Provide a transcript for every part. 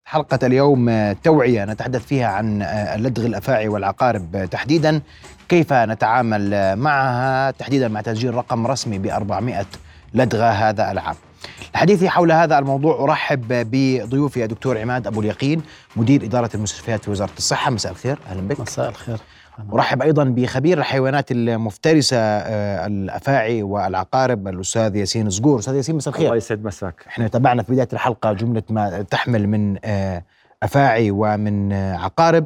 حلقة اليوم توعية نتحدث فيها عن اللدغ الأفاعي والعقارب تحديدا، كيف نتعامل معها تحديدا مع تسجيل رقم رسمي ب400 لدغة هذا العام. الحديث حول هذا الموضوع أرحب بضيوفي الدكتور عماد أبو اليقين مدير إدارة المستشفيات في وزارة الصحة. مساء الخير، أهلا بك. مساء الخير. أرحب أيضا بخبير الحيوانات المفترسة الأفاعي والعقارب الأستاذ ياسين صقور. أستاذ ياسين مساء الخير. الله يسعد مساك. احنا تابعنا في بداية الحلقة جملة ما تحمل من أفاعي ومن عقارب.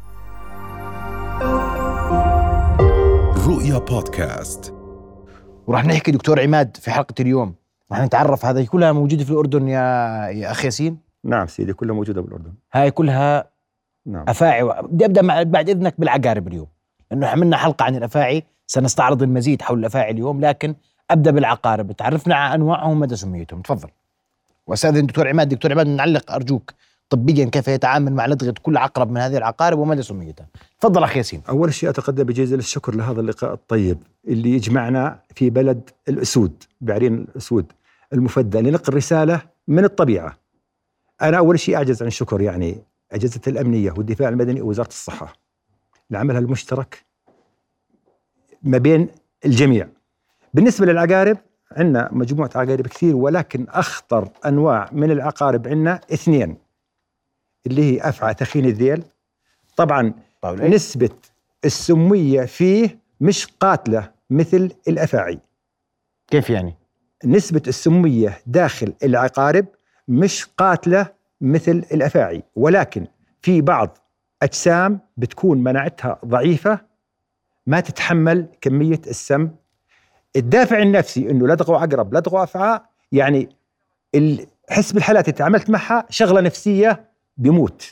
رؤيا بودكاست. وراح نحكي دكتور عماد في حلقة اليوم راح نتعرف هذه كلها موجودة في الأردن يا أخي ياسين؟ نعم سيدي، كلها موجودة بالأردن. هاي كلها نعم. أفاعي. بدي أبدأ بعد إذنك بالعقارب اليوم، لأنه عملنا حلقة عن الأفاعي، سنستعرض المزيد حول الأفاعي اليوم، لكن أبدأ بالعقارب. تعرفنا على أنواعهم ومدى سميتهم، تفضل. وأستاذن دكتور عماد نعلق أرجوك طبيا كيف يتعامل مع لدغة كل عقرب من هذه العقارب ومدى سميتها. تفضل أخي ياسين. أول شيء أتقدم بجزيل الشكر لهذا اللقاء الطيب اللي يجمعنا في بلد الأسود، بعرين الأسود المفدى، لنقل الرسالة من الطبيعة. أنا أول شيء أعجز عن الشكر، يعني أجهزة الأمنية والدفاع المدني ووزارة الصحة لعملها المشترك ما بين الجميع. بالنسبة للعقارب عندنا مجموعة عقارب كثير، ولكن أخطر أنواع من العقارب عندنا 2 اللي هي أفعى ثخين الذيل. طبعا نسبة السمية فيه مش قاتلة مثل الأفاعي. كيف يعني؟ نسبة السمية داخل العقارب مش قاتلة مثل الأفاعي، ولكن في بعض أجسام بتكون مناعتها ضعيفة ما تتحمل كمية السم. الدافع النفسي إنه لدغوا عقرب لدغوا أفعى، يعني حسب الحالات اللي تعاملت معها شغلة نفسية بيموت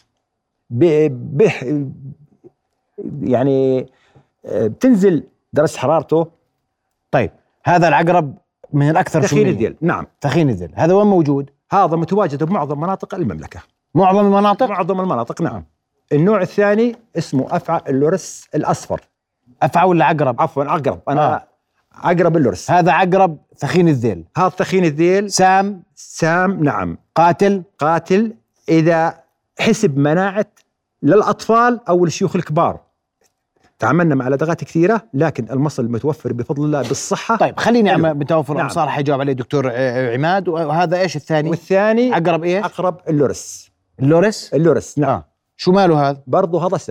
يعني بتنزل درجة حرارته. طيب هذا العقرب من الأكثر ثخين الذيل. نعم ثخين الذيل. هذا وين موجود؟ هذا متواجد بمعظم مناطق المملكة. معظم المناطق. نعم. النوع الثاني اسمه أفعى اللورس الأصفر. أفعى ولا عقرب؟ عفوا عقرب. أنا عقرب اللورس. هذا عقرب ثخين الذيل. هذا ثخين الذيل سام. نعم. قاتل إذا حسب مناعة للأطفال أو الشيوخ الكبار. تعاملنا مع لدغات كثيرة، لكن المصل المتوفر بفضل الله بالصحة. طيب خليني بتوفر الأمصار. نعم. حيجاوب عليه دكتور عماد. وهذا إيش الثاني؟ والثاني عقرب إيش؟ عقرب اللورس. نعم. شو ماله هذا؟ برضو هذا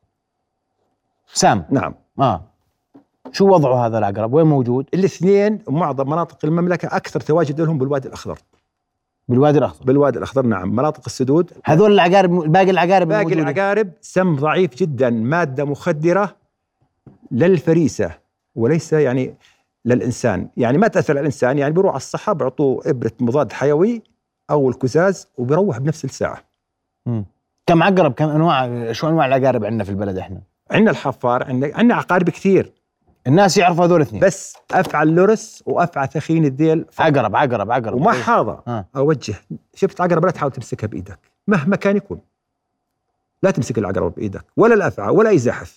سام. نعم. شو وضعه هذا العقرب؟ وين موجود؟ 2 معظم مناطق المملكة، أكثر تواجد لهم بالوادي الأخضر. بالوادي الأخضر نعم، مناطق السدود. هذول العقارب باقي العقارب سم ضعيف جدا، مادة مخدرة للفريسة وليس يعني للإنسان، يعني ما تأثر على الإنسان، يعني بيروح على الصحة بيعطوه إبرة مضاد حيوي أو الكزاز وبيروح بنفس الساعة. كم عقرب، كم أنواع، شو أنواع العقارب عندنا في البلد؟ إحنا عندنا الحفار، عندنا عقارب كثير. الناس يعرفوا هذول 2 بس، أفعى اللورس وأفعى ثخين الذيل. عقرب. ومع هذا أوجه، شفت عقرب لا تحاول تمسكها بإيدك مهما كان يكون. لا تمسك العقرب بإيدك ولا الأفعى ولا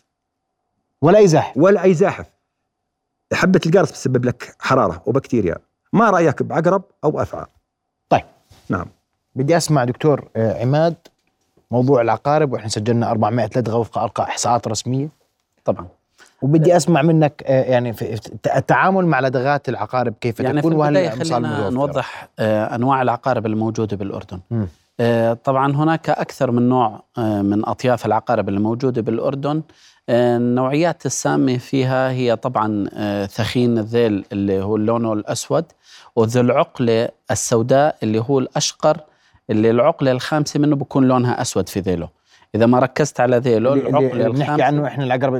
أي زاحف. حبة القرص بتسبب لك حرارة وبكتيريا. ما رأيك بعقرب أو أفعى؟ طيب نعم. بدي أسمع دكتور عماد موضوع العقارب، وإحنا سجلنا 400 لدغة وفق إحصاءات رسمية طبعا. وبدي أسمع منك يعني في التعامل مع لدغات العقارب كيف يعني تكون، وهل خلينا نوضح أنواع العقارب الموجودة بالأردن. طبعا هناك أكثر من نوع من أطياف العقارب الموجودة بالأردن. النوعيات السامة فيها هي طبعا ثخين الذيل اللي هو لونه الأسود، وذو العقلة السوداء اللي هو الأشقر، اللي العقلة الخامسة منه بيكون لونها أسود في ذيله. إذا ما ركزت على ذيله اللي بنحكي عنه إحنا العقرب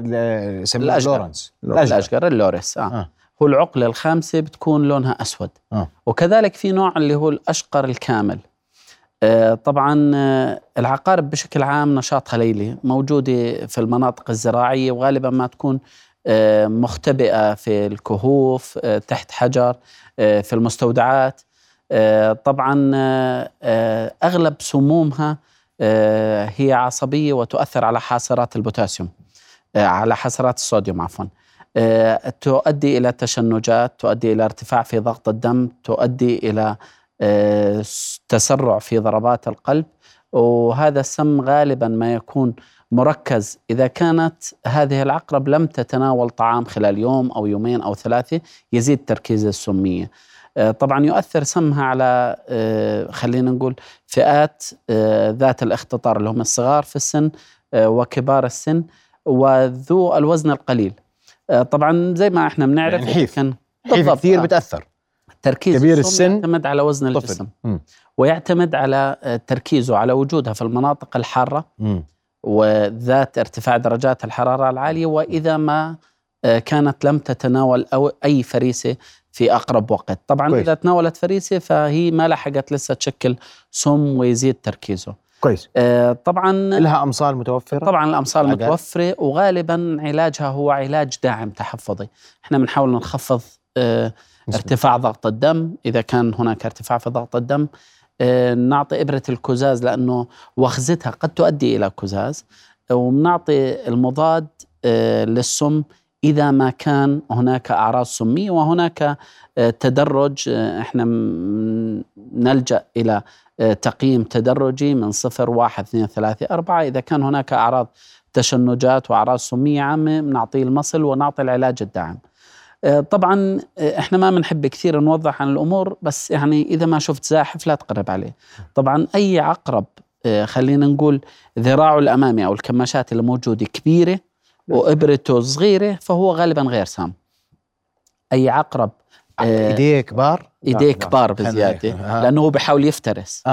الأشقر اللورس هو العقلة الخامسة بتكون لونها أسود. وكذلك في نوع اللي هو الأشقر الكامل. طبعا العقارب بشكل عام نشاطها ليلي، موجودة في المناطق الزراعية، وغالبا ما تكون مختبئة في الكهوف، تحت حجر، في المستودعات. طبعا أغلب سمومها هي عصبية وتؤثر على حاسرات البوتاسيوم، على حاسرات الصوديوم عفوا. تؤدي إلى تشنجات، تؤدي إلى ارتفاع في ضغط الدم، تؤدي إلى تسرع في ضربات القلب، وهذا السم غالبا ما يكون مركز إذا كانت هذه العقرب لم تتناول طعام خلال يوم أو يومين أو 3 يزيد تركيز السمية. طبعا يؤثر سمها على خلينا نقول فئات ذات الاختطار اللي هم الصغار في السن وكبار السن وذو الوزن القليل. طبعا زي ما احنا بنعرف يعني حيف كان كثير بتأثر. تركيز كبير السم يعتمد على وزن الجسم ويعتمد على تركيزه على وجودها في المناطق الحارة وذات ارتفاع درجات الحرارة العالية، وإذا ما كانت لم تتناول أي فريسة في أقرب وقت. طبعا كويس. إذا تناولت فريسة فهي ما لحقت لسه تشكل سم ويزيد تركيزه. كويس. طبعا لها أمصال متوفرة؟ طبعا الأمصال متوفرة، وغالبا علاجها هو علاج داعم تحفظي. احنا بنحاول نخفض ارتفاع ضغط الدم إذا كان هناك ارتفاع في ضغط الدم. نعطي إبرة الكزاز لأنه وخزتها قد تؤدي إلى كزاز، وبنعطي المضاد للسم إذا ما كان هناك أعراض سمية. وهناك تدرج، احنا نلجأ إلى تقييم تدرجي من 0 1 2 3 4. إذا كان هناك أعراض تشنجات وأعراض سمية عامة بنعطيه المصل ونعطي العلاج الداعم. طبعا احنا ما بنحب كثير نوضح عن الأمور، بس يعني إذا ما شفت زاحف لا تقرب عليه. طبعا أي عقرب خلينا نقول ذراعه الأمامي أو الكماشات اللي موجودة كبيرة وإبرته صغيرة فهو غالبا غير سام. أي عقرب إيديه كبار؟ إيديه كبار بزيادة لأنه هو بيحاول يفترس.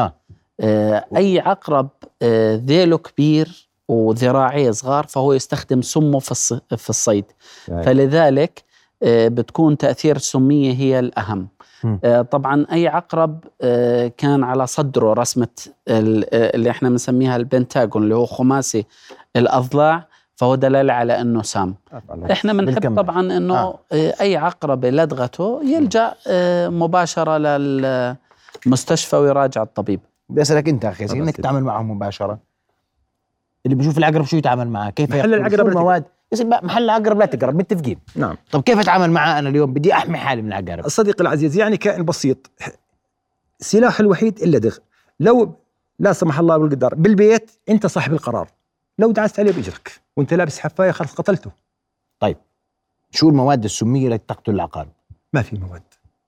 أي عقرب ذيله كبير وذراعيه صغار فهو يستخدم سمه في الصيد. فلذلك بتكون تأثير السمية هي الأهم. طبعا أي عقرب كان على صدره رسمة اللي احنا بنسميها البنتاغون اللي هو خماسي الأضلاع فهو دلالة على أنه سام. احنا بنحب طبعا أنه أي عقرب لدغته يلجأ مباشرة للمستشفى ويراجع الطبيب. بيسألك أنت أخي إنك تتعامل معهم مباشرة، اللي بيشوف العقرب شو يتعامل معه؟ كيف محل العقرب المواد؟ محل العقرب لا تقرب، متفقين. نعم. طب كيف أتعامل معه أنا اليوم؟ بدي أحمي حالي من العقرب. صديقي العزيز، يعني كائن بسيط، سلاح الوحيد اللدغ. لو لا سمح الله بالقدر بالبيت أنت صاحب القرار، لو دعست عليه بإجرك وأنت لابس حفاية خلص قتلته. طيب شو المواد السمية التي تقتل العقارب؟ ما في مواد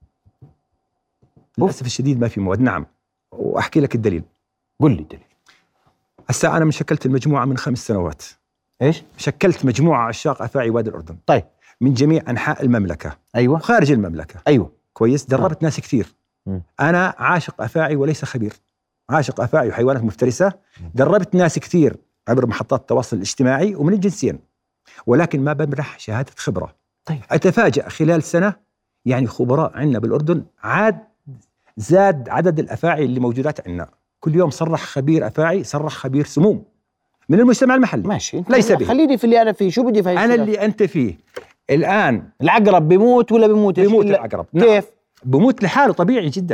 للأسف الشديد، ما في مواد. نعم، وأحكي لك الدليل. قل لي دليل. هسه أنا شكلت المجموعة من 5 سنوات. إيش؟ شكلت مجموعة عشاق أفاعي وادي الأردن. طيب. من جميع أنحاء المملكة. أيوة. وخارج المملكة. أيوة. كويس. دربت ناس كثير. أنا عاشق أفاعي وليس خبير، عاشق أفاعي وحيوانات مفترسة. دربت ناس كثير عبر محطات التواصل الاجتماعي ومن الجنسين، ولكن ما بمنح شهادة خبرة. طيب. أتفاجأ خلال سنة يعني خبراء عندنا بالأردن زاد عدد الأفاعي اللي موجودات عندنا. كل يوم صرح خبير أفاعي، صرح خبير سموم من المجتمع المحلي. ماشي، ليس به. خليني في اللي أنا فيه. شو بدي فيه؟ أنا اللي أنت فيه الآن. العقرب بيموت ولا بيموت؟ بيموت العقرب. كيف؟ بيموت لحاله طبيعي جدا.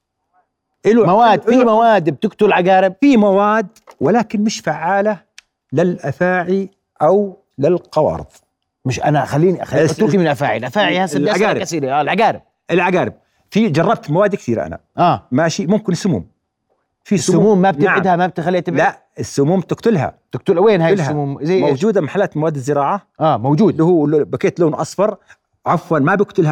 مواد، في مواد بتقتل العقارب، في مواد ولكن مش فعالة للأفاعي أو للقوارض. مش أنا خليني أتركي من الأفاعي هسه بدي أسألك أسئلة. العقارب في جربت مواد كثيرة أنا. ماشي، ممكن السموم. في السموم ما بتبعدها. نعم. ما بتخليها تبعد. لا، السموم تقتلها. وين هاي السموم؟ زي موجودة محلات مواد الزراعة. موجود، اللي هو بكيت لون أصفر. عفوا، ما بقتلها،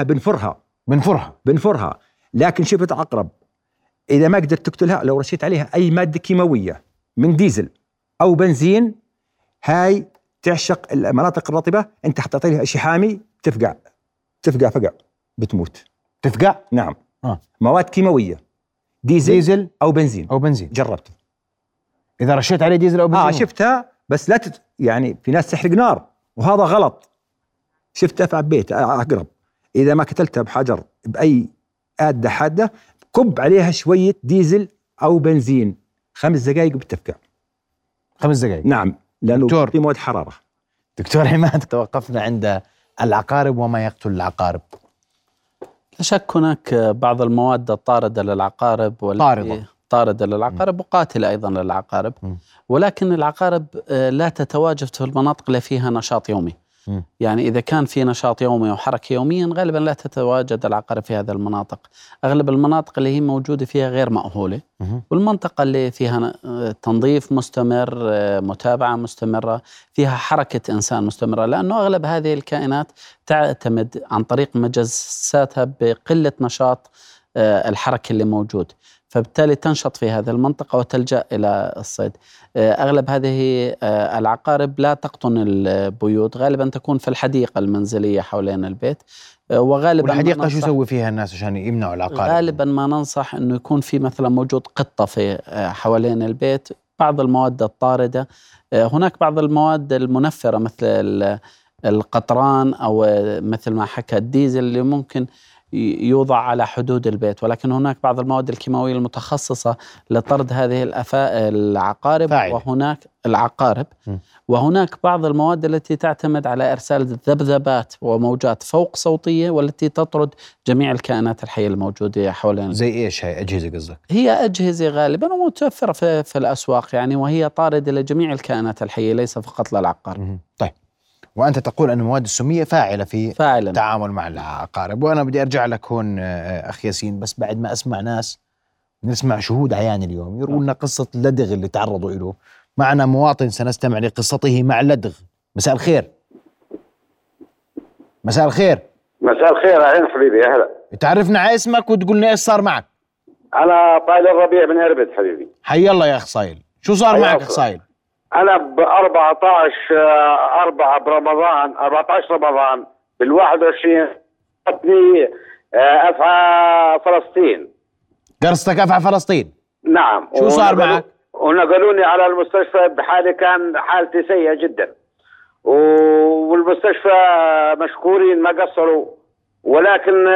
بنفرها. لكن شفت عقرب إذا ما قدرت تقتلها، لو رشيت عليها أي مادة كيماوية من ديزل أو بنزين، هاي تعشق المناطق الرطبة. أنت حطيت لها شيء حامي تفقع فقع، بتموت. تفقع؟ نعم. مواد كيماوية، ديزل أو بنزين. جربت. إذا رشيت عليه ديزل أو بنزين شفتها، بس لا يعني في ناس تحرق نار وهذا غلط. شفتها في بيت عقرب، إذا ما قتلتها بحجر بأي آدة حادة، كب عليها شوية ديزل أو بنزين 5 دقائق بتفقع. 5 دقائق؟ نعم، لأنه في مواد حرارة. دكتور عماد، توقفنا عند العقارب وما يقتل العقارب. لا شك هناك بعض المواد الطاردة للعقارب طاردة للعقارب وقاتلة أيضا للعقارب. ولكن العقارب لا تتواجد في المناطق اللي فيها نشاط يومي. يعني إذا كان في نشاط يومي وحركة يوميا غالبا لا تتواجد العقارب في هذه المناطق. أغلب المناطق اللي هي موجودة فيها غير مأهولة، والمنطقة اللي فيها تنظيف مستمر، متابعة مستمرة، فيها حركة إنسان مستمرة، لأنه أغلب هذه الكائنات تعتمد عن طريق مجساتها بقلة نشاط الحركة اللي موجود، فبالتالي تنشط في هذه المنطقة وتلجأ إلى الصيد. أغلب هذه العقارب لا تقطن البيوت، غالبا تكون في الحديقة المنزلية حوالين البيت. وغالبا الحديقة شو يسوي فيها الناس عشان يمنعوا العقارب؟ غالبا ما ننصح أنه يكون في مثلا موجود قطة في حوالين البيت. بعض المواد الطاردة، هناك بعض المواد المنفرة مثل القطران أو مثل ما حكى الديزل اللي ممكن يوضع على حدود البيت، ولكن هناك بعض المواد الكيماوية المتخصصة لطرد هذه العقارب وهناك بعض المواد التي تعتمد على إرسال ذبذبات وموجات فوق صوتية والتي تطرد جميع الكائنات الحية الموجودة حوالينا. زي إيش هاي أجهزة قصدك؟ هي أجهزة غالبا ومتوفرة في الأسواق يعني، وهي طاردة لجميع الكائنات الحية ليس فقط للعقارب. طيب، وأنت تقول أن المواد السمية فاعلة في التعامل مع العقارب، وأنا بدي أرجع لك هون أخ ياسين، بس بعد ما أسمع ناس، نسمع شهود عيان اليوم يروون لنا قصة اللدغ اللي تعرضوا له. معنا مواطن سنستمع لقصته مع اللدغ. مساء الخير. مساء الخير. مساء الخير أهلا حبيبي. أهلا. تعرفنا على اسمك وتقولنا إيش صار معك. أنا طايل الربيع من إربد حبيبي. حي الله يا أخ صايل، شو صار معك أخ صايل؟ أنا ب14 برمضان 14 رمضان بال21 قتني أفعى فلسطين. قرصتك أفعى فلسطين؟ نعم. شو صار معك؟ ونقلوني على المستشفى بحالي، كان حالتي سيئة جدا، والمستشفى مشكورين ما قصروا، ولكن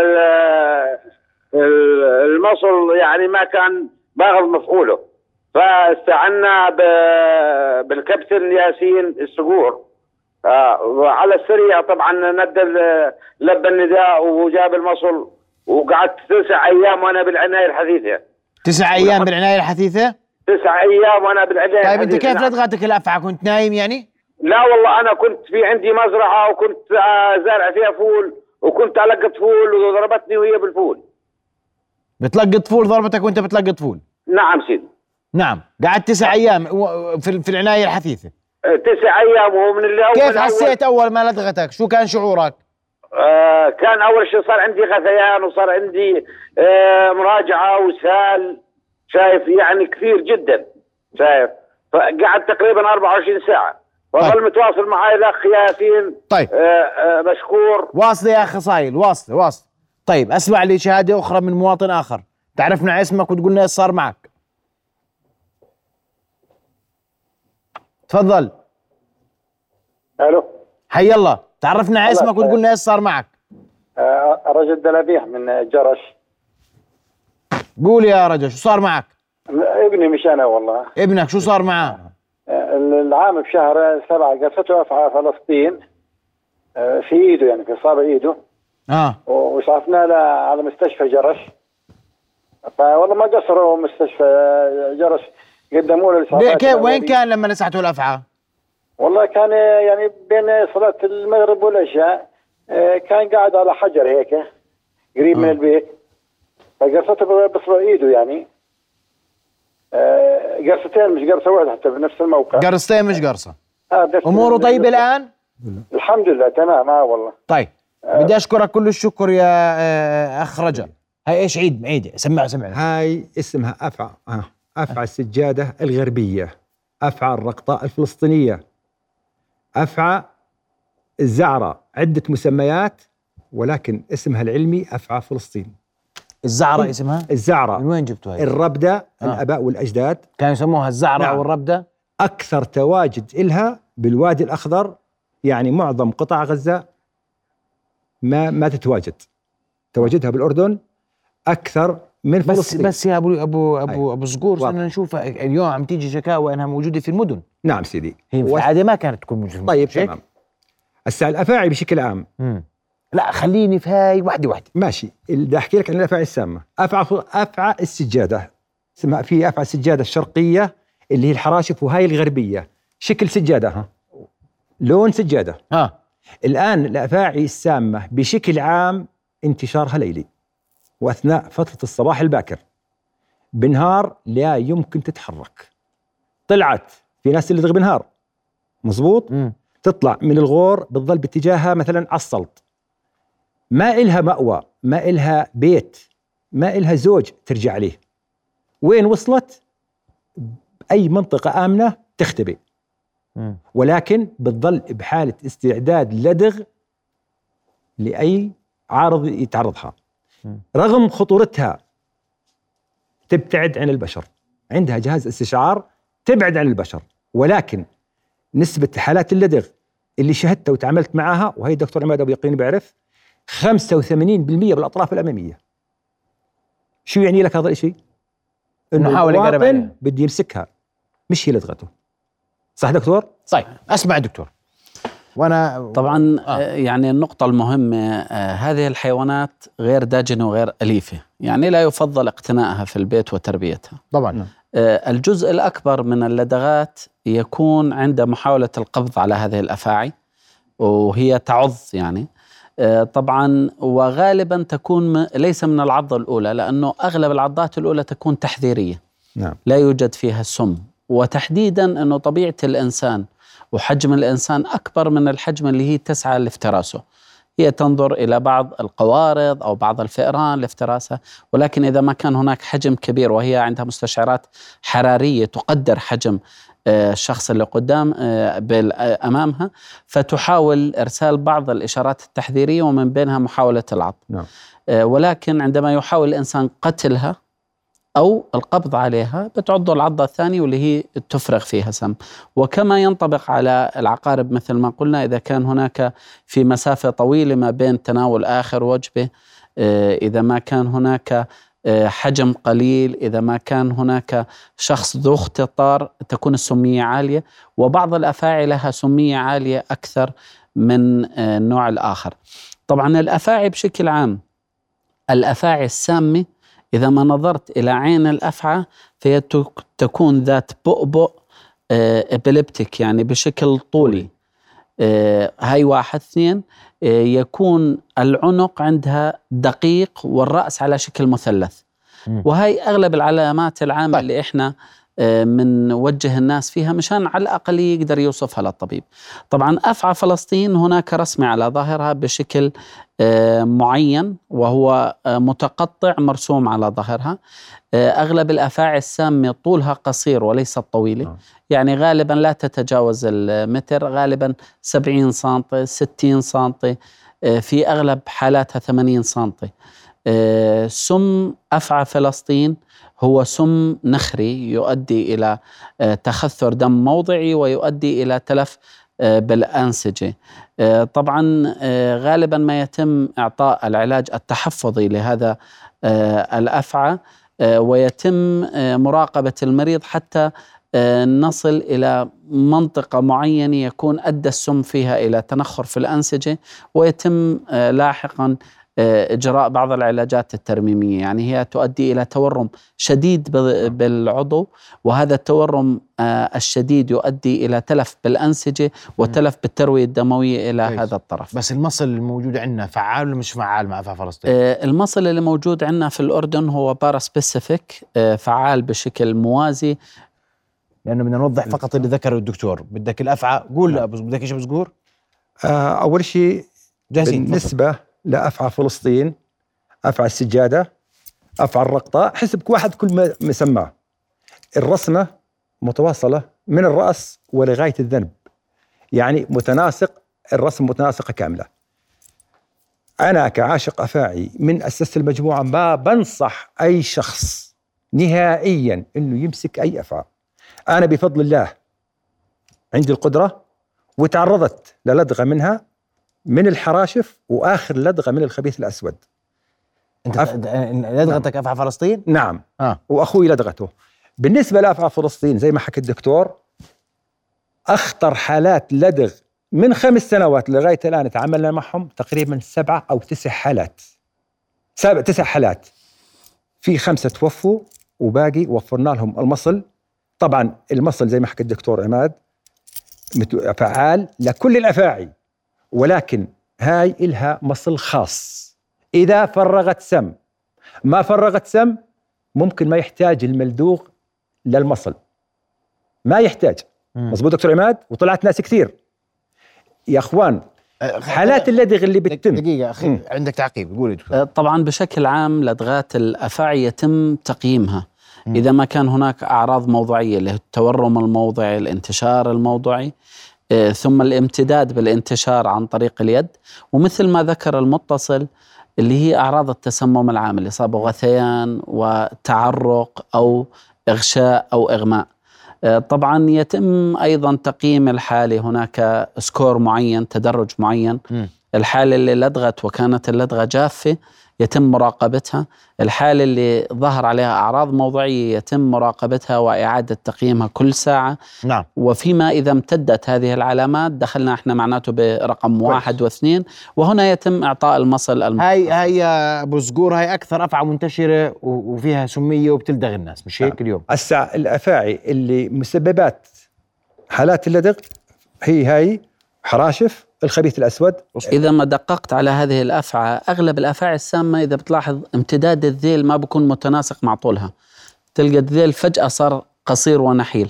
المصل يعني ما كان باخذ مفعوله، فاستعنا بالكابتن ياسين السقور على السريع. طبعا لبى النداء وجاب المصل، وقعدت 9 أيام وانا بالعناية الحديثة. 9 أيام بالعناية الحديثة؟ 9 أيام وانا بالعناية الحديثة. طيب انت كيف لدغتك الأفعى؟ كنت نايم يعني؟ لا والله انا كنت في عندي مزرعة وكنت زارع فيها فول، وكنت ألقط فول وضربتني وهي بالفول. بتلقط فول ضربتك وانت بتلقط فول؟ نعم سيدي. نعم. قعدت 9 أيام في العناية الحثيثة. 9 أيام. ومن اللي كيف حسيت أول ما لدغتك؟ شو كان شعورك؟ كان أول شيء صار عندي غثيان، وصار عندي مراجعة وسال، شايف يعني كثير جدا، شايف. فقعد تقريبا 24 ساعة، وظل متواصل معي الأخ ياسين. طيب. مشكور. واصل يا أخي صايل، واصل. طيب أسمع لي شهادة أخرى من مواطن آخر. تعرفنا اسمك وتقولنا إيش صار معك. تفضل. الو. حي الله، تعرفنا على اسمك وتقولنا ايش صار معك. رجل دلابيح من جرش. قول يا رجل شو صار معك؟ ابني مش انا والله. ابنك شو صار معاه؟ العام بشهر 7 قصته أفعى فلسطين في ايده، يعني في صابع ايده. وصرفنا له على مستشفى جرش، فوالله ما قصروا مستشفى جرش، قدموا له الإصابات. وين كان لما لسعته الأفعى؟ والله كان يعني بين صلاة المغرب والعشاء، كان قاعد على حجر هيك قريب من البيت، فقرصته بصبع ايده يعني. قرصتين مش قرصة واحدة حتى بنفس الموقع. قرصتين مش قرصة. أموره طيبة الآن؟ الحمد لله تمام. والله. طيب. بدي أشكرك كل الشكر يا أخ رجل. هاي إيش عيد سمع. هاي اسمها أفعى السجادة الغربية، أفعى الرقطاء الفلسطينية، أفعى الزعرة، عدة مسميات، ولكن اسمها العلمي أفعى فلسطين. الزعرة اسمها؟ الزعرة. من وين جبتوا هاي؟ الربدة. الآباء والأجداد كانوا يسموها الزعرة. نعم. أو الربدة. أكثر تواجد إلها بالوادي الأخضر، يعني معظم قطاع غزة ما تتواجد. تواجدها بالأردن أكثر من فلسطين. بس يا أبو صقور، صرنا نشوف اليوم عم تيجي شكاوى أنها موجودة في المدن. نعم سيدي. هي في العادة ما كانت تكون موجودة في المدن. طيب تمام. هسه الأفاعي بشكل عام. لا خليني في هاي واحدة. ماشي. بدي أحكي لك عن الأفاعي السامة. أفعى السجادة اسمها، في أفعى السجادة الشرقية اللي هي الحراشف، وهاي الغربية شكل سجادة، لون سجادة. الآن الأفاعي السامة بشكل عام انتشارها ليلي، وأثناء فترة الصباح الباكر، بالنهار لا يمكن تتحرك. طلعت في ناس اللي تغيب بالنهار مزبوط، تطلع من الغور بتظل باتجاهها مثلا على السلط، ما إلها مأوى، ما إلها بيت، ما إلها زوج ترجع عليه. وين وصلت؟ أي منطقة آمنة تختبئ، ولكن بتظل بحالة استعداد لدغ لأي عارض يتعرضها. رغم خطورتها تبتعد عن البشر، عندها جهاز استشعار تبعد عن البشر، ولكن نسبة حالات اللدغ اللي شهدتها وتعاملت معها، وهي دكتور عماد أبو يقين بيعرف، 85% بالأطراف الأمامية. شو يعني لك هذا الشيء؟ إنه المواطن بده يمسكها، مش هي لدغته. صح دكتور؟ صحيح. أسمع دكتور. وأنا طبعا يعني النقطة المهمة، هذه الحيوانات غير داجنة وغير أليفة، يعني لا يفضل اقتنائها في البيت وتربيتها طبعا. الجزء الأكبر من اللدغات يكون عند محاولة القبض على هذه الأفاعي، وهي تعض يعني طبعا، وغالبا تكون ليس من العضة الأولى، لأنه أغلب العضات الأولى تكون تحذيرية. نعم. لا يوجد فيها السم، وتحديدا أنه طبيعة الإنسان وحجم الإنسان أكبر من الحجم اللي هي تسعى لافتراسه. هي تنظر إلى بعض القوارض أو بعض الفئران لافتراسها، ولكن إذا ما كان هناك حجم كبير وهي عندها مستشعرات حرارية تقدر حجم الشخص اللي قدام أمامها، فتحاول إرسال بعض الإشارات التحذيرية ومن بينها محاولة العض. نعم. ولكن عندما يحاول الإنسان قتلها أو القبض عليها بتعض العضة الثانية واللي هي تفرغ فيها سم. وكما ينطبق على العقارب مثل ما قلنا، إذا كان هناك في مسافة طويلة ما بين تناول آخر وجبة، إذا ما كان هناك حجم قليل، إذا ما كان هناك شخص ذو اختطار، تكون السمية عالية. وبعض الأفاعي لها سمية عالية أكثر من النوع الآخر. طبعا الأفاعي بشكل عام، الأفاعي السامة إذا ما نظرت إلى عين الأفعى فهي تكون ذات بؤبؤ إبليبتيك، يعني بشكل طولي. هاي واحد. اثنين، يكون العنق عندها دقيق والرأس على شكل مثلث. وهي أغلب العلامات العامة اللي إحنا من وجه الناس فيها مشان على الأقل يقدر يوصفها للطبيب. طبعا أفعى فلسطين هناك رسمة على ظاهرها بشكل معين، وهو متقطع مرسوم على ظهرها. أغلب الأفاعي السامة طولها قصير وليس طويلة، يعني غالبا لا تتجاوز المتر، غالبا 70 سنتي 60 سنتي، في أغلب حالاتها 80 سنتي. سم أفعى فلسطين هو سم نخري يؤدي إلى تخثر دم موضعي ويؤدي إلى تلف بالأنسجة. طبعا غالبا ما يتم إعطاء العلاج التحفظي لهذا الأفعى، ويتم مراقبة المريض حتى نصل إلى منطقة معينة يكون أدى السم فيها إلى تنخر في الأنسجة، ويتم لاحقا إجراء بعض العلاجات الترميمية. يعني هي تؤدي إلى تورم شديد بالعضو، وهذا التورم الشديد يؤدي إلى تلف بالأنسجة وتلف بالتروية الدموية إلى هذا الطرف. بس المصل الموجود عندنا فعال ولا مش فعال مع أفعى فلسطين؟ المصل اللي موجود عندنا في الأردن هو باراسبيسيفيك، فعال بشكل موازي. لأنه بدنا نوضح فقط اللي ذكره الدكتور. بدك الأفعى قول لا، بس بدك إيش بزقور؟ أول شيء بالنسبة لأفعى فلسطين، أفعى السجادة، أفعى الرقطة، حسب واحد كل ما مسماه. الرسمة متواصلة من الرأس ولغاية الذنب، يعني متناسق، الرسم متناسقة كاملة. أنا كعاشق أفاعي من أساس المجموعة ما بنصح أي شخص نهائيا إنه يمسك أي أفعى. أنا بفضل الله عندي القدرة، وتعرضت للدغة منها من الحراشف، وآخر لدغة من الخبيث الأسود. أنت لدغتك أفعى فلسطين؟ نعم. وأخوي لدغته. بالنسبة لأفعى فلسطين زي ما حكى الدكتور، أخطر حالات لدغ من 5 سنوات لغاية الآن تعاملنا معهم تقريبا 7 أو 9 حالات. 9 حالات، في 5 توفوا وباقي وفرنا لهم المصل. طبعا المصل زي ما حكى الدكتور عماد فعال لكل الأفاعي، ولكن هاي إلها مصل خاص، إذا فرغت سم، ما فرغت سم ممكن ما يحتاج الملدوغ للمصل، ما يحتاج. مظبوط دكتور عماد؟ وطلعت ناس كثير يا أخوان حالات اللدغ اللي بتتم. دقيقة أخي، عندك تعقيب؟ قولي دكتور. طبعا بشكل عام لدغات الأفاعي يتم تقييمها إذا ما كان هناك أعراض موضعية اللي هي التورم الموضعي، الانتشار الموضعي، ثم الامتداد بالانتشار عن طريق اليد، ومثل ما ذكر المتصل اللي هي أعراض التسمم العام، الإصابة غثيان وتعرق أو إغشاء أو إغماء. طبعا يتم أيضا تقييم الحالة، هناك سكور معين، تدرج معين. الحالة اللي لدغت وكانت اللدغة جافة يتم مراقبتها، الحالة اللي ظهر عليها أعراض موضعية يتم مراقبتها وإعادة تقييمها كل ساعة. نعم. وفيما إذا امتدت هذه العلامات دخلنا احنا معناته برقم 1 و2، وهنا يتم إعطاء المصل هاي يا أبو صقور، هاي أكثر أفعى منتشرة وفيها سمية وبتلدغ الناس، مش هيك اليوم؟ الأفاعي اللي مسببات حالات اللدغ هاي حراشف، الخبيث الأسود. إذا ما دققت على هذه الأفعى، أغلب الأفاعي السامة إذا بتلاحظ امتداد الذيل ما بيكون متناسق مع طولها، تلقى الذيل فجأة صار قصير ونحيل.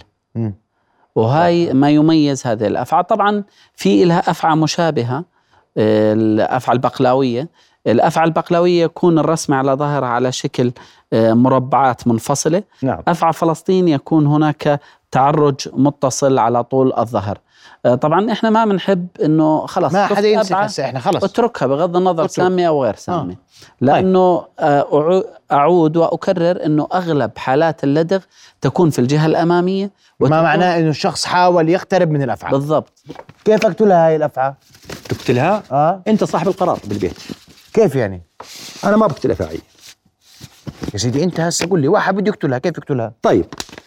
وهاي ما يميز هذه الأفعى. طبعا في لها أفعى مشابهة، الأفعى البقلاوية. الأفعى البقلاوية يكون الرسم على ظهرها على شكل مربعات منفصلة. نعم. أفعى فلسطين يكون هناك تعرج متصل على طول الظهر. طبعا احنا ما بنحب انه خلص ما حدا يمسك هسه، احنا خلص اتركها بغض النظر سامة او غير سامة. لانه اعود واكرر انه اغلب حالات اللدغ تكون في الجهة الامامية، ما معناه انه الشخص حاول يقترب من الافعى. بالضبط. كيف اقتلها هاي الافعى؟ تقتلها؟ انت صاحب القرار بالبيت. كيف يعني؟ انا ما بقتل افاعي يا سيدي. انت هسه قول لي واحد بده يقتلها، كيف يقتلها؟ طيب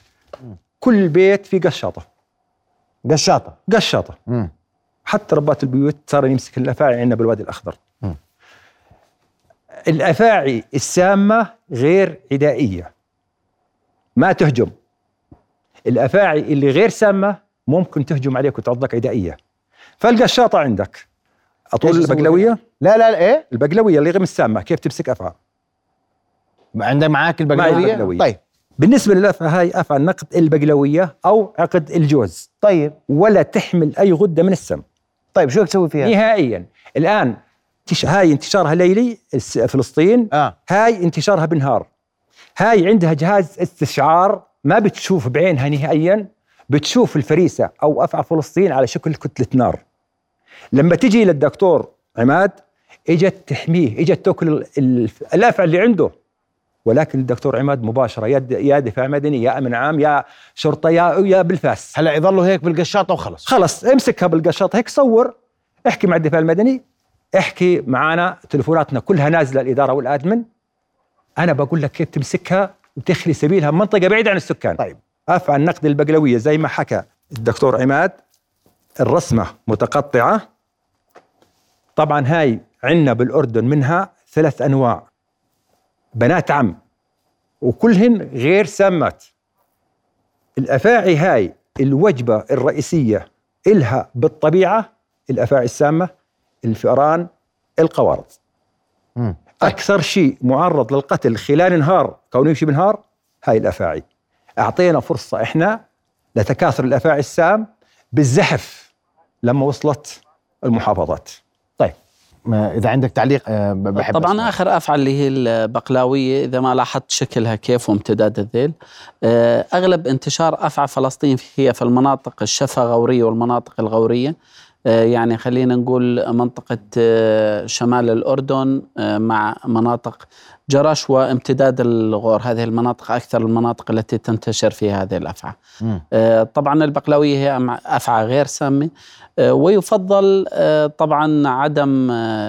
كل بيت في قشاطة. حتى ربات البيوت صار يمسك الأفاعي عندنا بالوادي الأخضر. الأفاعي السامة غير عدائية، ما تهجم. الأفاعي اللي غير سامة ممكن تهجم عليك وتعضك عدائية. فالقشاطة عندك أطول البقلوية؟ لا إيه؟ البقلوية اللي غير السامة كيف تمسك أفعى؟ عندك معاك البقلوية؟ طيب بالنسبة للأفعى هاي أفعى نقد البقلوية أو عقد الجوز. طيب. ولا تحمل أي غدة من السم. طيب شو تسوي فيها؟ نهائيا. الآن هاي انتشارها ليلي فلسطين. هاي انتشارها بالنهار. هاي عندها جهاز استشعار، ما بتشوف بعينها نهائيا، بتشوف الفريسة أو أفعى فلسطين على شكل كتلة نار. لما تجي للدكتور عماد اجت تحميه، اجت تاكل الأفعى اللي عنده، ولكن الدكتور عماد مباشرة يا دفاع مدني يا أمن عام يا شرطة يا بالفاس. هلا يظلوا هيك بالقشاطة وخلص. خلص امسكها بالقشاطة هيك، صور، احكي مع الدفاع المدني، احكي معنا، تلفوناتنا كلها نازلة الإدارة والأدمن. أنا بقول لك كيف تمسكها وتخلي سبيلها منطقة بعيدة عن السكان. طيب. أفعى النقد البقلوية زي ما حكى الدكتور عماد، الرسمة متقطعة. طبعا هاي عندنا بالأردن منها 3 أنواع، بنات عم، وكلهن غير سامات. الأفاعي هاي الوجبة الرئيسية إلها بالطبيعة الأفاعي السامة، الفئران، القوارض. أكثر شيء معرض للقتل خلال نهار كونه يمشي بالنهار هاي الأفاعي. أعطينا فرصة إحنا لتكاثر الأفاعي السام بالزحف لما وصلت المحافظات. طيب إذا عندك تعليق بحب طبعا أسمع. آخر أفعى اللي هي البقلاوية، إذا ما لاحظت شكلها كيف وامتداد الذيل، أغلب انتشار أفعى فلسطين هي في المناطق الشفا غورية والمناطق الغورية. يعني خلينا نقول منطقة شمال الأردن مع مناطق جرش وامتداد الغور، هذه المناطق أكثر المناطق التي تنتشر فيها هذه الأفعى. طبعا البقلاوية هي أفعى غير سامة، ويفضل طبعا عدم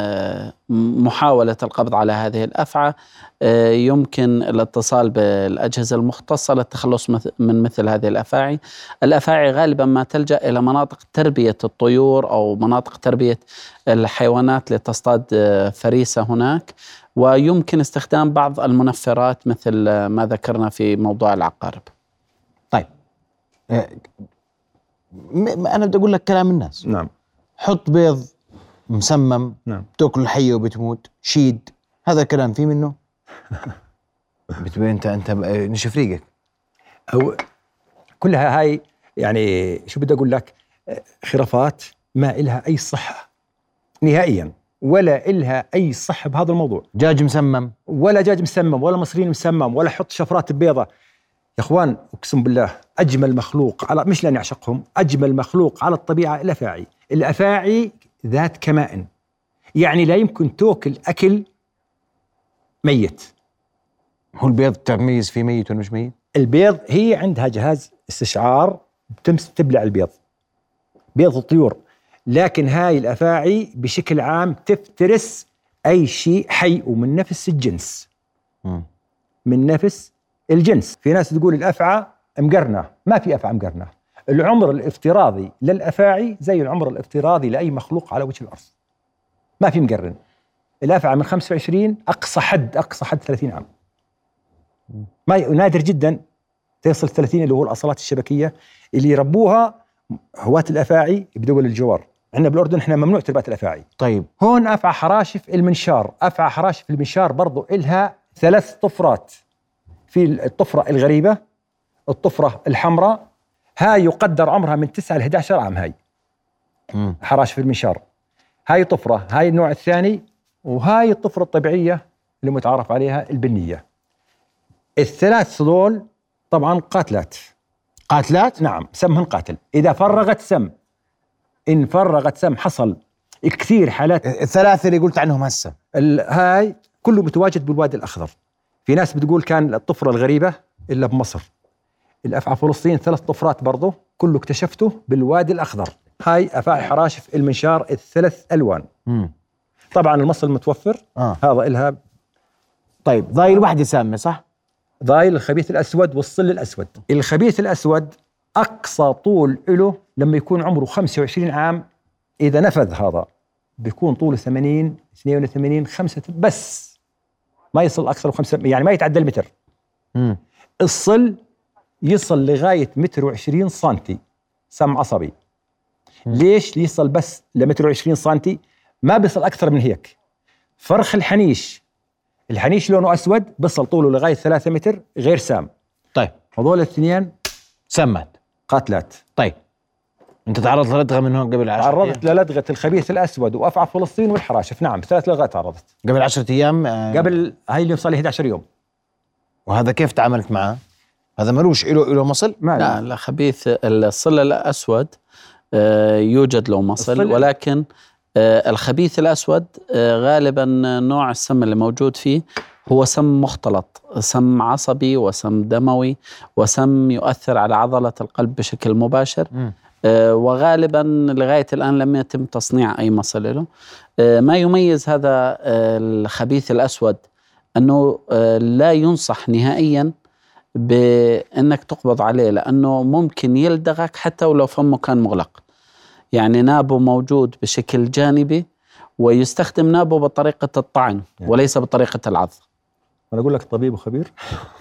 محاولة القبض على هذه الأفعى. يمكن الاتصال بالأجهزة المختصة للتخلص من مثل هذه الأفاعي. الأفاعي غالبا ما تلجأ إلى مناطق تربية الطيور أو مناطق تربية الحيوانات لتصطاد فريسة هناك، ويمكن استخدام بعض المنفرات مثل ما ذكرنا في موضوع العقارب. طيب أنا بدي أقول لك كلام الناس. نعم. حط بيض مسمم، نعم. تاكل الحيه وبتموت، شيد، هذا الكلام فيه منه؟ انت نشف ريقك. أو كلها هاي يعني شو بدي أقول لك، خرافات ما إلها أي صحة نهائيا، ولا إلها أي صحة بهذا الموضوع. دجاج مسمم، ولا دجاج مسمم، ولا مصريين مسمم، ولا حط شفرات بيضة. يا إخوان أقسم بالله أجمل مخلوق على، مش لأني أعشقهم، أجمل مخلوق على الطبيعة الأفاعي. الأفاعي ذات كمائن، يعني لا يمكن تأكل أكل ميت. هو البيض تميز فيه ميت ولا مش ميت؟ البيض هي عندها جهاز استشعار تبلع البيض، بيض الطيور. لكن هاي الأفاعي بشكل عام تفترس أي شيء حي ومن نفس الجنس. من نفس الجنس. في ناس تقول الأفعى مقرنة، ما في أفعى مقرنة. العمر الافتراضي للأفاعي زي العمر الافتراضي لأي مخلوق على وجه الأرض، ما في مقرن. الأفعى من 25 أقصى حد 30 عام، ما نادر جدا تصل 30 اللي هو الأصلات الشبكية اللي يربوها هواة الأفاعي بدول الجوار. عندنا بالأردن احنا ممنوع تربية الأفاعي. طيب هون أفعى حراشف المنشار، أفعى حراشف المنشار برضو إلها 3 طفرات. في الطفرة الغريبة، الطفرة الحمراء، هاي يقدر عمرها من 9 ل 11 عام. هاي حراشف المنشار، هاي طفرة، هاي النوع الثاني، وهاي الطفرة الطبيعية اللي متعارف عليها البنية. ال3 دول طبعا قاتلات. نعم، سمهن قاتل. إذا فرغت سم، إن فرغت سم حصل كثير حالات. ال3 اللي قلت عنهم هسه هاي كله متواجد بالوادي الأخضر. في ناس بتقول كان الطفرة الغريبة إلا بمصر. الأفعى فلسطين 3 طفرات برضه كله اكتشفته بالوادي الأخضر. هاي أفاعي حراشف المنشار ال3 ألوان. طبعا المصل متوفر. هذا إلها. طيب ضايل واحدة سامة صح؟ ضايل الخبيث الأسود والصل الأسود. الخبيث الأسود أقصى طول له لما يكون عمره 25 عام، إذا نفذ هذا بيكون طوله 80 82 5 بس، ما يصل أكثر من 5، يعني ما يتعدى المتر. الصل يصل لغاية 1.20 سنتي سم عصبي. ليش يصل بس لمتر 20 سنتي؟ ما بيصل أكثر من هيك. فرخ الحنيش لونه أسود، بيصل طوله لغاية 3 متر غير سام. طيب هذول الاثنين سمت قاتلات. طيب انت تعرضت للدغه من هون قبل 10 أيام؟ تعرضت للدغه الخبيث الاسود وافعى فلسطين والحراشف. نعم 3 لغات تعرضت قبل 10 ايام. قبل هاي اللي صار لي 11 يوم. وهذا كيف تعاملت معه؟ هذا ملوش له مصل؟ لا خبيث الصل الاسود يوجد له مصل، ولكن الخبيث الاسود غالبا نوع السم اللي موجود فيه هو سم مختلط، سم عصبي وسم دموي وسم يؤثر على عضلة القلب بشكل مباشر. وغالبا لغاية الآن لم يتم تصنيع أي مصل له. ما يميز هذا الخبيث الأسود أنه لا ينصح نهائيا بأنك تقبض عليه، لأنه ممكن يلدغك حتى ولو فمه كان مغلق. يعني نابه موجود بشكل جانبي، ويستخدم نابه بطريقة الطعن وليس بطريقة العض. أنا أقول لك طبيب وخبير.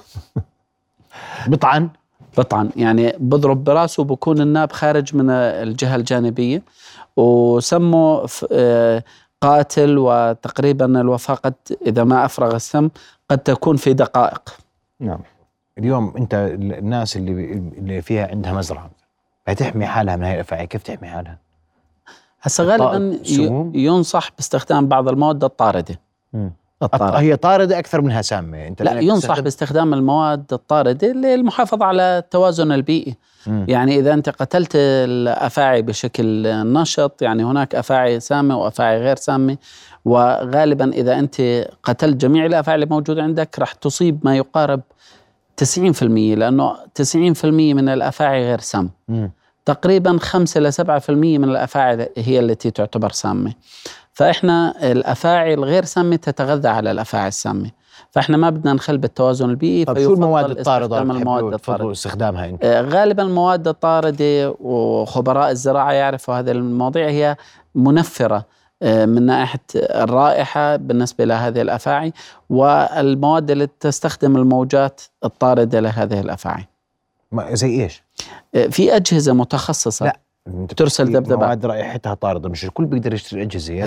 بطعن يعني بضرب براسه، بكون الناب خارج من الجهة الجانبية، وسمه قاتل، وتقريبا الوفاة قد إذا ما أفرغ السم قد تكون في دقائق. نعم. اليوم أنت الناس اللي فيها عندها مزرعة هتحمي حالها من هاي الأفاعي، كيف تحمي حالها؟ هسه غالبا ينصح باستخدام بعض المواد الطاردة. هي طاردة أكثر منها سامة. أنت لا، ينصح باستخدام المواد الطاردة للمحافظة على التوازن البيئي. يعني إذا أنت قتلت الأفاعي بشكل نشط، يعني هناك أفاعي سامة وأفاعي غير سامة، وغالبا إذا أنت قتلت جميع الأفاعي اللي موجودة عندك رح تصيب ما يقارب 90%، لأنه 90% من الأفاعي غير سام. تقريبا 5 ل 7% من الأفاعي هي التي تعتبر سامة. فإحنا الأفاعي الغير سامة تتغذى على الأفاعي السامة، فإحنا ما بدنا نخل بالتوازن البيئي. طيب شو المواد الطاردة تفضلوا استخدامها أنت؟ غالبا المواد الطاردة، وخبراء الزراعة يعرفوا هذه المواضيع، هي منفرة من ناحية الرائحة بالنسبة لهذه الأفاعي، والمواد اللي تستخدم الموجات الطاردة لهذه الأفاعي. زي إيش؟ في أجهزة متخصصة. لا ترسل ذبذبات. مواد رائحتها طاردة، مش الكل بيقدر يشتري أجهزة.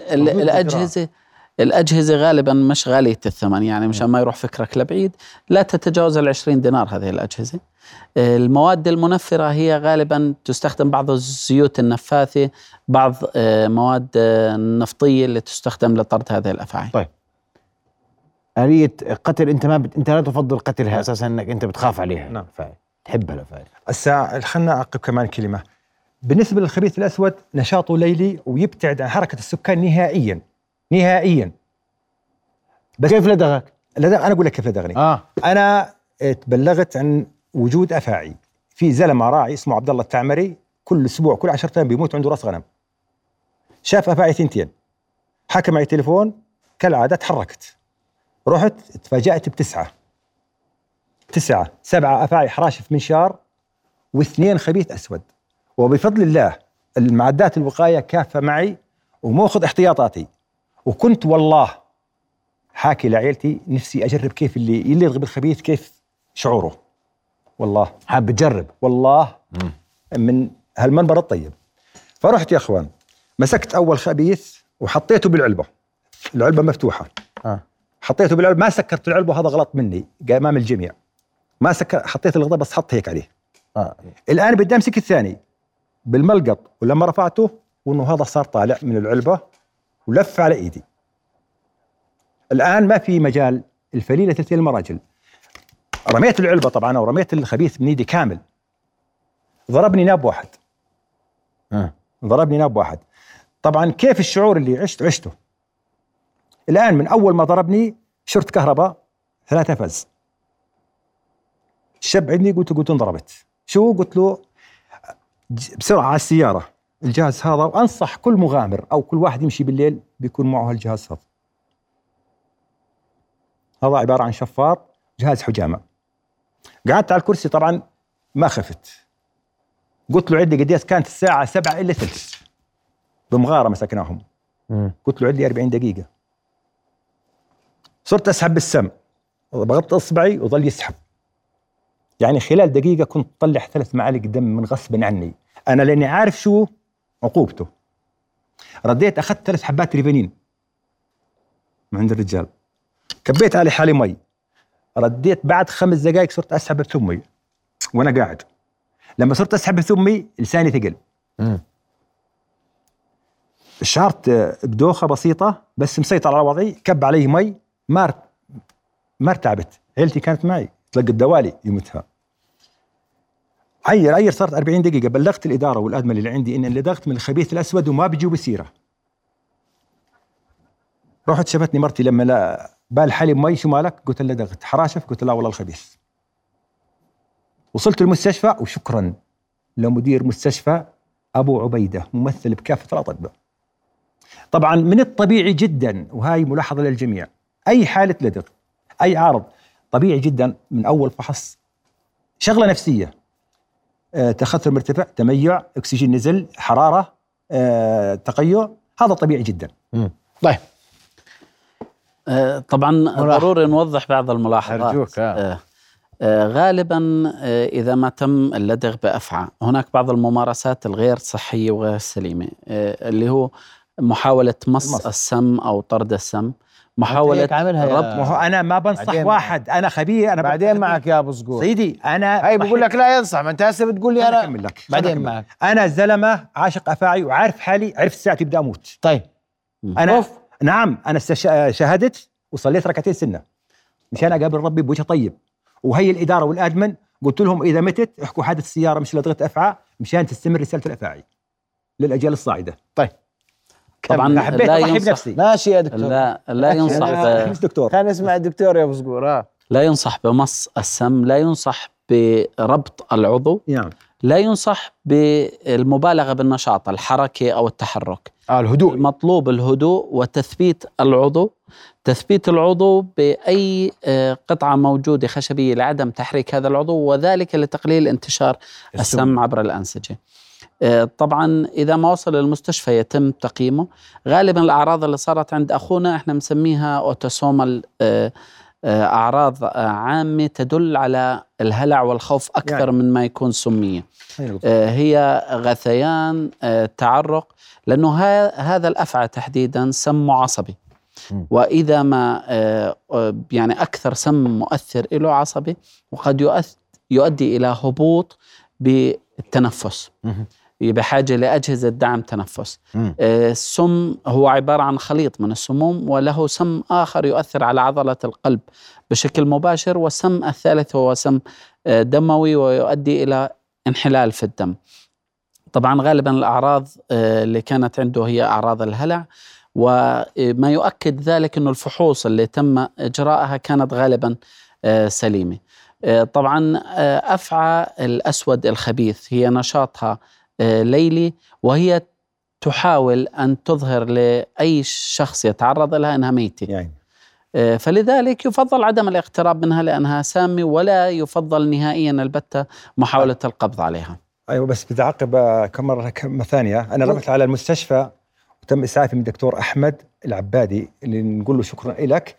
الأجهزة غالبا مش غالية الثمن، يعني مشان ما يروح فكرك لبعيد، لا تتجاوز 20 دينار هذه الأجهزة. المواد المنفرة هي غالبا تستخدم بعض الزيوت النفاثة، بعض مواد النفطية اللي تستخدم لطرد هذه الأفاعي. طيب آلية قتل، أنت لا تفضل قتلها أساسا، أنك أنت بتخاف عليها. نعم. تحبها الأفاعي. الساعة خلنا أعقب كمان كلمة. بالنسبة للخبيث الأسود نشاطه ليلي ويبتعد عن حركة السكان نهائيا. بس كيف لدغك؟ أنا أقول لك كيف لدغني. أنا تبلغت عن وجود أفاعي في زلمة راعي اسمه عبد الله التعمري، كل أسبوع كل 10 أيام بيموت عنده راس غنم. شاف أفاعي 2، حكى معي تليفون كالعادة، تحركت، رحت تفاجأت ب7 أفاعي حراشف منشار و2 خبيث أسود. وبفضل الله المعدات الوقاية كافة معي وماخذ احتياطاتي، وكنت والله حاكي لعيلتي نفسي أجرب كيف اللي يلدغ بالخبيث كيف شعوره، والله حاب تجرب والله من هالمنبر الطيب. فرحت يا أخوان، مسكت أول خبيث وحطيته بالعلبة، العلبة مفتوحة. حطيته بالعلبة، ما سكرت العلبة، هذا غلط مني أمام الجميع، ما حطيت الغطاء بس حط هيك عليه. الآن بدي أمسك الثاني بالملقط، ولما رفعته وإنه هذا صار طالع من العلبة ولف على إيدي. الآن ما في مجال، الفليلة 3 المراجل. رميت العلبة طبعا ورميت الخبيث من إيدي كامل. ضربني ناب واحد. طبعا كيف الشعور اللي عشته. الآن من أول ما ضربني شرط كهرباء 3 فز. الشاب عندي قلت انضربت. شو؟ قلت له بسرعة على السيارة الجهاز هذا، وأنصح كل مغامر أو كل واحد يمشي بالليل بيكون معه هالجهاز هذا عبارة عن شفاط، جهاز حجامة. قعدت على الكرسي طبعا ما خفت. قلت له عندي قديش كانت الساعة 7 إلا ثلث، بمغارة مسكناهم. قلت له عندي 40 دقيقة. صرت أسحب بالسم، ضغطت إصبعي وظل يسحب، يعني خلال دقيقة كنت طلع 3 معالق دم من غصب عني أنا، لأني عارف شو عقوبته. رديت أخذت 3 حبات ريفانين من عند الرجال، كبيت على حالي مي، رديت بعد 5 دقائق صرت أسحب بثمي وأنا قاعد. لما صرت أسحب بثمي لساني ثقل. شعرت بدوخة بسيطة، بس مسيطر على وضعي. كب علي مي، ما ارتعبت. عيلتي كانت معي، تلقى الدوالي يومتها. عير صارت 40 دقيقة. بلغت الإدارة والأدمى اللي عندي إن لدغت من الخبيث الأسود وما بيجوا بسيرة. رحت شفتني مرتي لما لا بال حالي مي، شو مالك؟ قلت لها لدغت حراشف. قلت لا والله الخبيث. وصلت المستشفى، وشكرا لمدير مستشفى أبو عبيدة ممثل بكافة الأطباء. طبعا من الطبيعي جدا، وهاي ملاحظة للجميع، أي حالة لدغ، أي عارض طبيعي جدا من أول فحص شغلة نفسية، تخثر مرتفع، تميع، أكسجين نزل، حرارة، تقيؤ، هذا طبيعي جدا. طيب طبعا ضروري نوضح بعض الملاحظات. أرجوك. غالبا إذا ما تم اللدغ بأفعى، هناك بعض الممارسات الغير صحية وغير سليمة، اللي هو محاولة مص السم أو طرد السم، محاولة ربط. ما هو أنا ما بنصح واحد، أنا خبير، أنا بعدين معك يا أبو صقور سيدي. أنا هاي بقول لك لا ينصح، ما أنت هسه بتقول لي أنا أكمل لك. بعدين معك. أنا زلمة عاشق أفاعي وعارف حالي، عرفت ساعتي بدي أموت. طيب أنا نعم، أنا شهدت وصليت 2 سنة مشان أقابل ربي بوجه طيب. وهي الإدارة والأدمن قلت لهم إذا متت احكوا حادث سيارة مش لدغة أفعى، مشان تستمر رسالة الأفاعي للأجيال الصاعدة. طيب طبعا حبيت أضحي بنفسي. ماشي يا دكتور. لا ينصح مش دكتور، خلينا نسمع الدكتور يا أبو صقور. لا ينصح بمص السم، لا ينصح بربط العضو، يعني لا ينصح بالمبالغة بالنشاط، الحركة أو التحرك. الهدوء، مطلوب الهدوء وتثبيت العضو، تثبيت العضو بأي قطعة موجودة خشبية لعدم تحريك هذا العضو، وذلك لتقليل انتشار السم عبر الأنسجة. طبعا إذا ما وصل للمستشفى يتم تقييمه. غالبا الأعراض اللي صارت عند أخونا احنا مسميها أوتوسومال أعراض عامة تدل على الهلع والخوف أكثر يعني من ما يكون سمية. هي غثيان، تعرق، لأنه هذا الأفعى تحديدا سم عصبي، وإذا ما يعني أكثر سم مؤثر له عصبي، وقد يؤدي إلى هبوط بالتنفس، بحاجة لأجهزة دعم تنفس. السم هو عبارة عن خليط من السموم، وله سم آخر يؤثر على عضلة القلب بشكل مباشر، والسم الثالث هو سم دموي ويؤدي إلى انحلال في الدم. طبعا غالبا الأعراض اللي كانت عنده هي أعراض الهلع، وما يؤكد ذلك أنه الفحوص اللي تم إجراءها كانت غالبا سليمة. طبعا أفعى الأسود الخبيث هي نشاطها ليلي، وهي تحاول أن تظهر لأي شخص يتعرض لها أنها ميتة يعني. فلذلك يفضل عدم الاقتراب منها لأنها سامة، ولا يفضل نهائيا البتة محاولة القبض عليها. أيوة، بس بدي أعقب كم ثانية. أنا رحت على المستشفى وتم إسعافي من الدكتور أحمد العبادي اللي نقول له شكرا لك.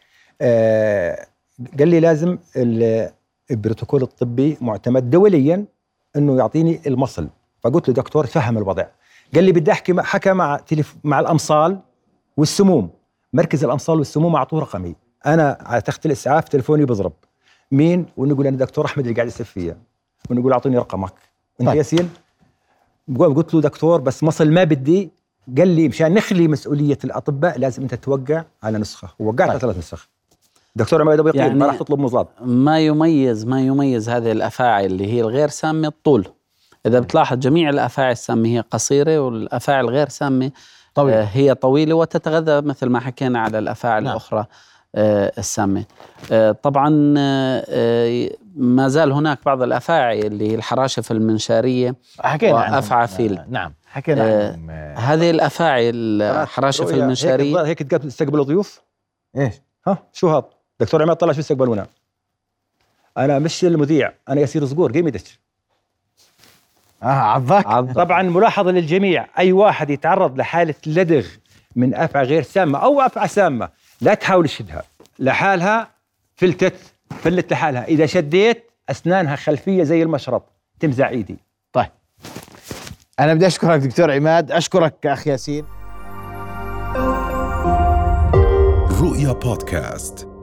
قال لي لازم البروتوكول الطبي معتمد دوليا أنه يعطيني المصل. فقلت له دكتور فهم الوضع. قال لي بدي أحكي، حكى مع الأمصال والسموم، مركز الأمصال والسموم، أعطوه رقمي. أنا على تخت الإسعاف تلفوني بضرب مين، ونقول أنا دكتور أحمد اللي قاعد يسف فيا، ونقول أعطوني رقمك أنت ياسين. قلت له دكتور بس مصل ما بدي. قال لي مشان نخلي مسؤولية الأطباء لازم أنت توقع على نسخة، ووقعت على 3 نسخ. دكتور عماد أبو يقين يعني ما راح تطلب مضاد. ما يميز هذه الأفاعي اللي هي الغير سامة الطول. إذا بتلاحظ جميع الأفاعي السامة هي قصيرة، والأفاعي الغير سامة هي طويلة، وتتغذى مثل ما حكينا على الأفاعي الأخرى السامة. طبعا ما زال هناك بعض الأفاعي اللي هي الحراشف المنشارية وأفعى فيل. نعم حكينا عنهم. هذه الأفاعي الحراشف المنشارية هيك تستقبلوا ضيوف. إيش شو هذا دكتور عماد طلع شو يستقبلونا؟ أنا مش المذيع، أنا ياسير صقور قيمتك. عضاك. طبعا ملاحظة للجميع، أي واحد يتعرض لحالة لدغ من أفعى غير سامة أو أفعى سامة لا تحاول تشدها لحالها، فلت لحالها. إذا شديت أسنانها خلفية زي المشرط تمزع إيدي. طيب أنا بدي أشكرك دكتور عماد، أشكرك أخي ياسين. رؤيا بودكاست.